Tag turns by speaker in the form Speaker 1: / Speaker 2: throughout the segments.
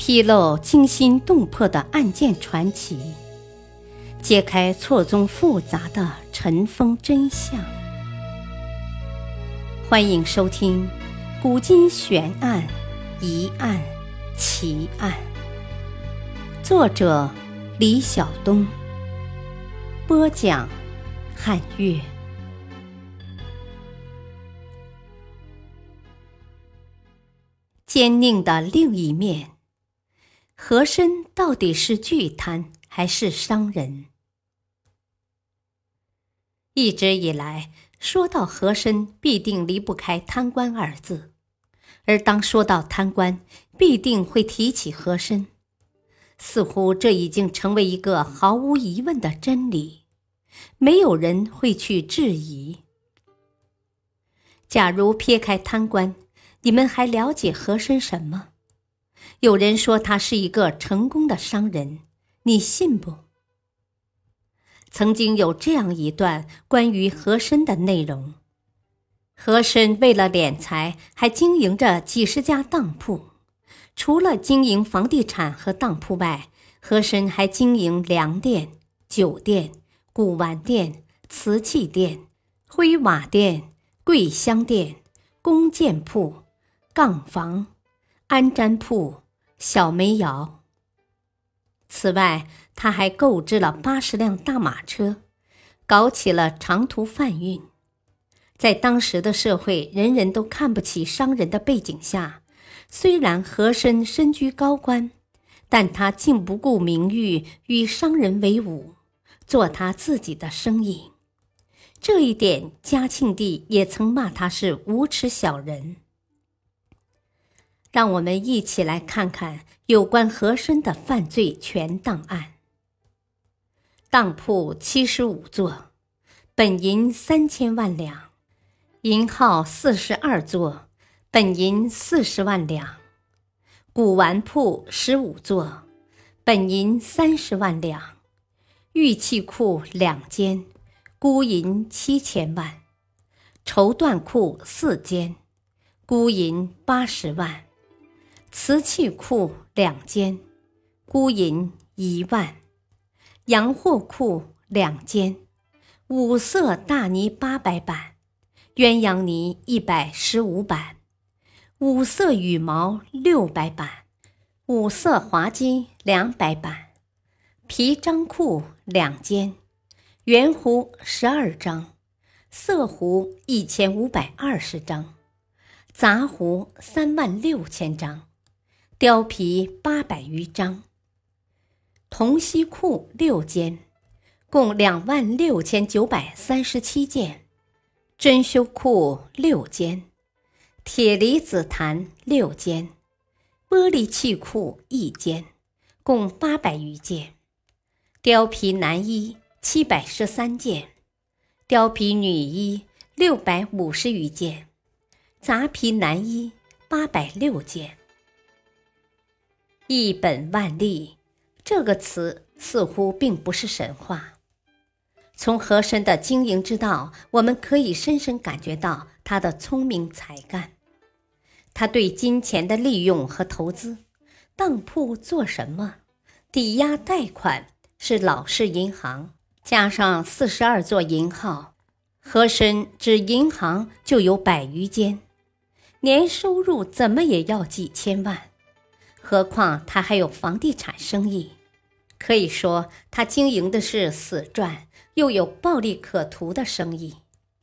Speaker 1: 披露惊心动魄的案件传奇，揭开错综复杂的尘封真相。欢迎收听《古今悬案、疑案、奇案》，作者李晓东，播讲汉月。奸佞的另一面，和珅到底是巨贪还是商人？一直以来，说到和珅，必定离不开贪官二字，而当说到贪官，必定会提起和珅。似乎这已经成为一个毫无疑问的真理，没有人会去质疑。假如撇开贪官，你们还了解和珅什么？有人说他是一个成功的商人，你信不？曾经有这样一段关于和珅的内容：和珅为了敛财，还经营着几十家当铺。除了经营房地产和当铺外，和珅还经营粮店、酒店、古玩店、瓷器店、灰瓦店、桂香店、弓箭铺、杠房、安毡铺、小煤窑。此外，他还购置了80辆大马车，搞起了长途贩运。在当时的社会人人都看不起商人的背景下，虽然和珅身居高官，但他竟不顾名誉与商人为伍，做他自己的生意。这一点嘉庆帝也曾骂他是无耻小人。让我们一起来看看有关和珅的犯罪全档案。当铺75座，本银3000万两，银号42座，本银40万两。古玩铺15座，本银30万两。玉器库2间，估银7000万。绸缎库4间，估银80万。瓷器库2间，估银1万。洋货库2间，五色大泥800板，鸳鸯泥115板，五色羽毛600板，五色华金200板。皮章库2间，圆壶12张，色壶1520张，杂壶36000张，貂皮800余张。铜锡库6间，共26937件。珍馐库6间，铁离子坛6间，玻璃器库1间，共800余件。貂皮男衣713件，貂皮女衣650余件，杂皮男衣806件。一本万利，这个词似乎并不是神话。从和珅的经营之道，我们可以深深感觉到他的聪明才干。他对金钱的利用和投资，当铺做什么？抵押贷款是老式银行，加上42座银号，和珅只银行就有100余间，年收入怎么也要几千万。何况他还有房地产生意，可以说他经营的是死赚又有暴利可图的生意。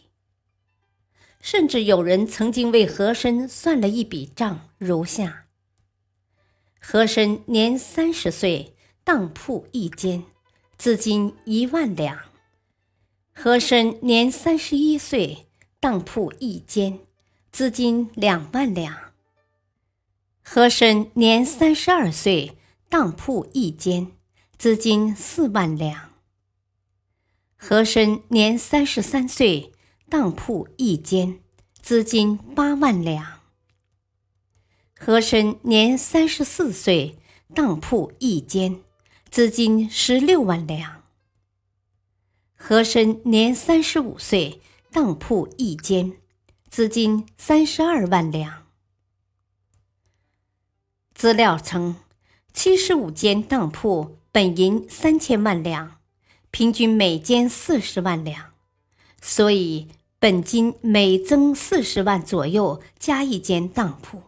Speaker 1: 甚至有人曾经为和珅算了一笔账，如下：和珅年30岁，当铺1间，资金1万两；和珅年31岁，当铺1间，资金2万两；和珅年32岁，当铺1间，资金4万两；和珅年33岁，当铺1间，资金8万两；和珅年34岁，当铺1间，资金16万两；和珅年35岁，当铺1间，资金32万两。资料称， 75间当铺本银3000万两，平均每间40万两，所以本金每增40万左右加一间当铺。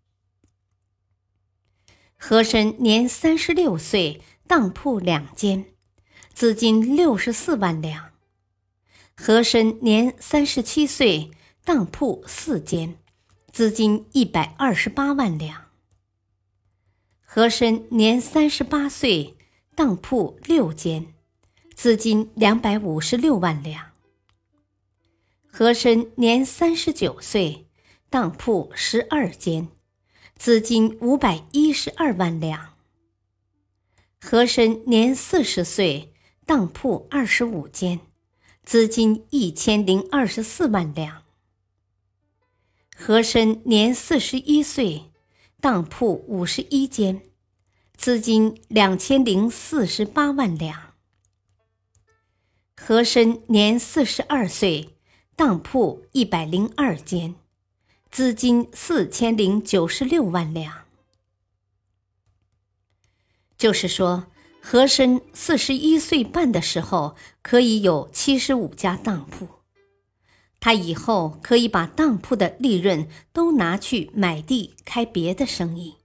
Speaker 1: 和珅年36岁，当铺2间，资金64万两。和珅年37岁，当铺4间，资金128万两。和珅年38岁，当铺6间，资金256万两。和珅年39岁，当铺12间，资金512万两。和珅年40岁，当铺25间，资金1024万两。和珅年41岁，当铺51间，资金2048万两。和珅年42岁，当铺102间，资金4096万两。就是说，和珅41岁半的时候，可以有75家当铺。他以后可以把当铺的利润都拿去买地开别的生意。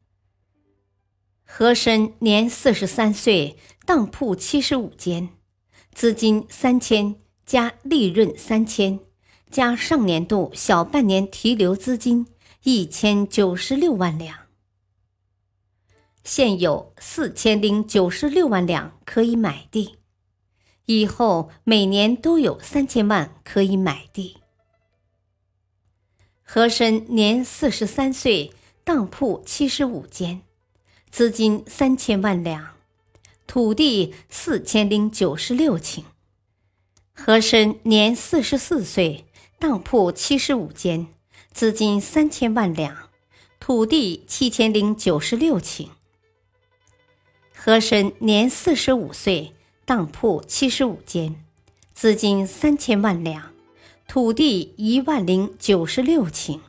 Speaker 1: 和珅年43岁，当铺75间，资金3000加利润3000，加上年度小半年提留资金1096万两。现有4096万两可以买地，以后每年都有3000万可以买地。和珅年43岁，当铺75间，资金3000万两，土地4096顷。和珅年44岁，当铺75间，资金3000万两，土地7096顷。和珅年45岁，当铺75间，资金3000万两，土地10096顷。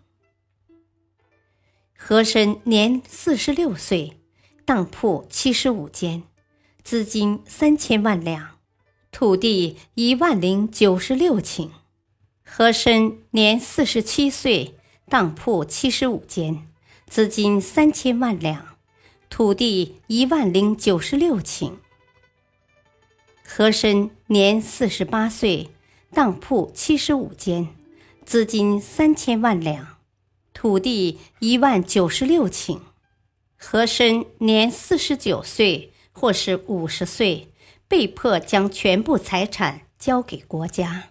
Speaker 1: 和珅年46岁，当铺75间，资金3000万两，土地10096顷。和珅年47岁，当铺75间，资金3000万两，土地10096顷。和珅年48岁，当铺75间，资金3000万两，土地10096顷。和珅年49岁或是50岁，被迫将全部财产交给国家。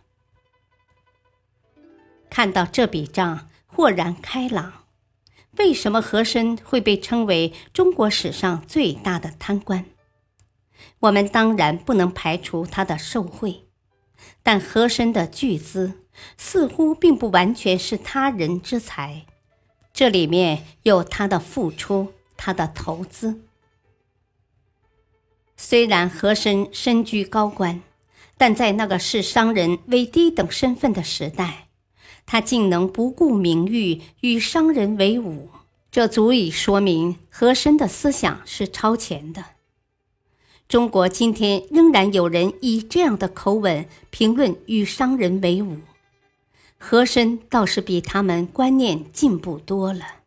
Speaker 1: 看到这笔账，豁然开朗。为什么和珅会被称为中国史上最大的贪官？我们当然不能排除他的受贿，但和珅的巨资似乎并不完全是他人之财，这里面有他的付出，他的投资。虽然和珅身居高官，但在那个视商人为低等身份的时代，他竟能不顾名誉与商人为伍，这足以说明和珅的思想是超前的。中国今天仍然有人以这样的口吻评论与商人为伍，和珅倒是比他们观念进步多了。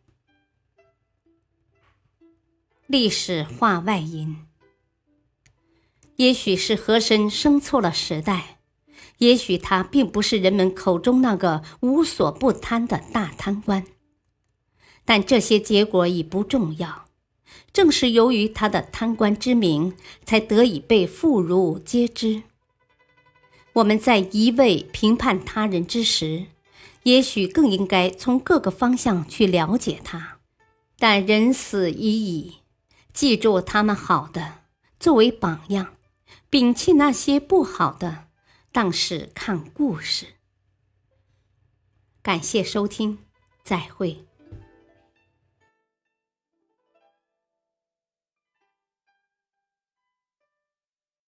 Speaker 1: 历史话外音：也许是和珅生错了时代，也许他并不是人们口中那个无所不贪的大贪官，但这些结果已不重要。正是由于他的贪官之名，才得以被妇孺皆知。我们在一味评判他人之时，也许更应该从各个方向去了解他。但人死已矣，记住他们好的，作为榜样，摒弃那些不好的，当是看故事。感谢收听，再会。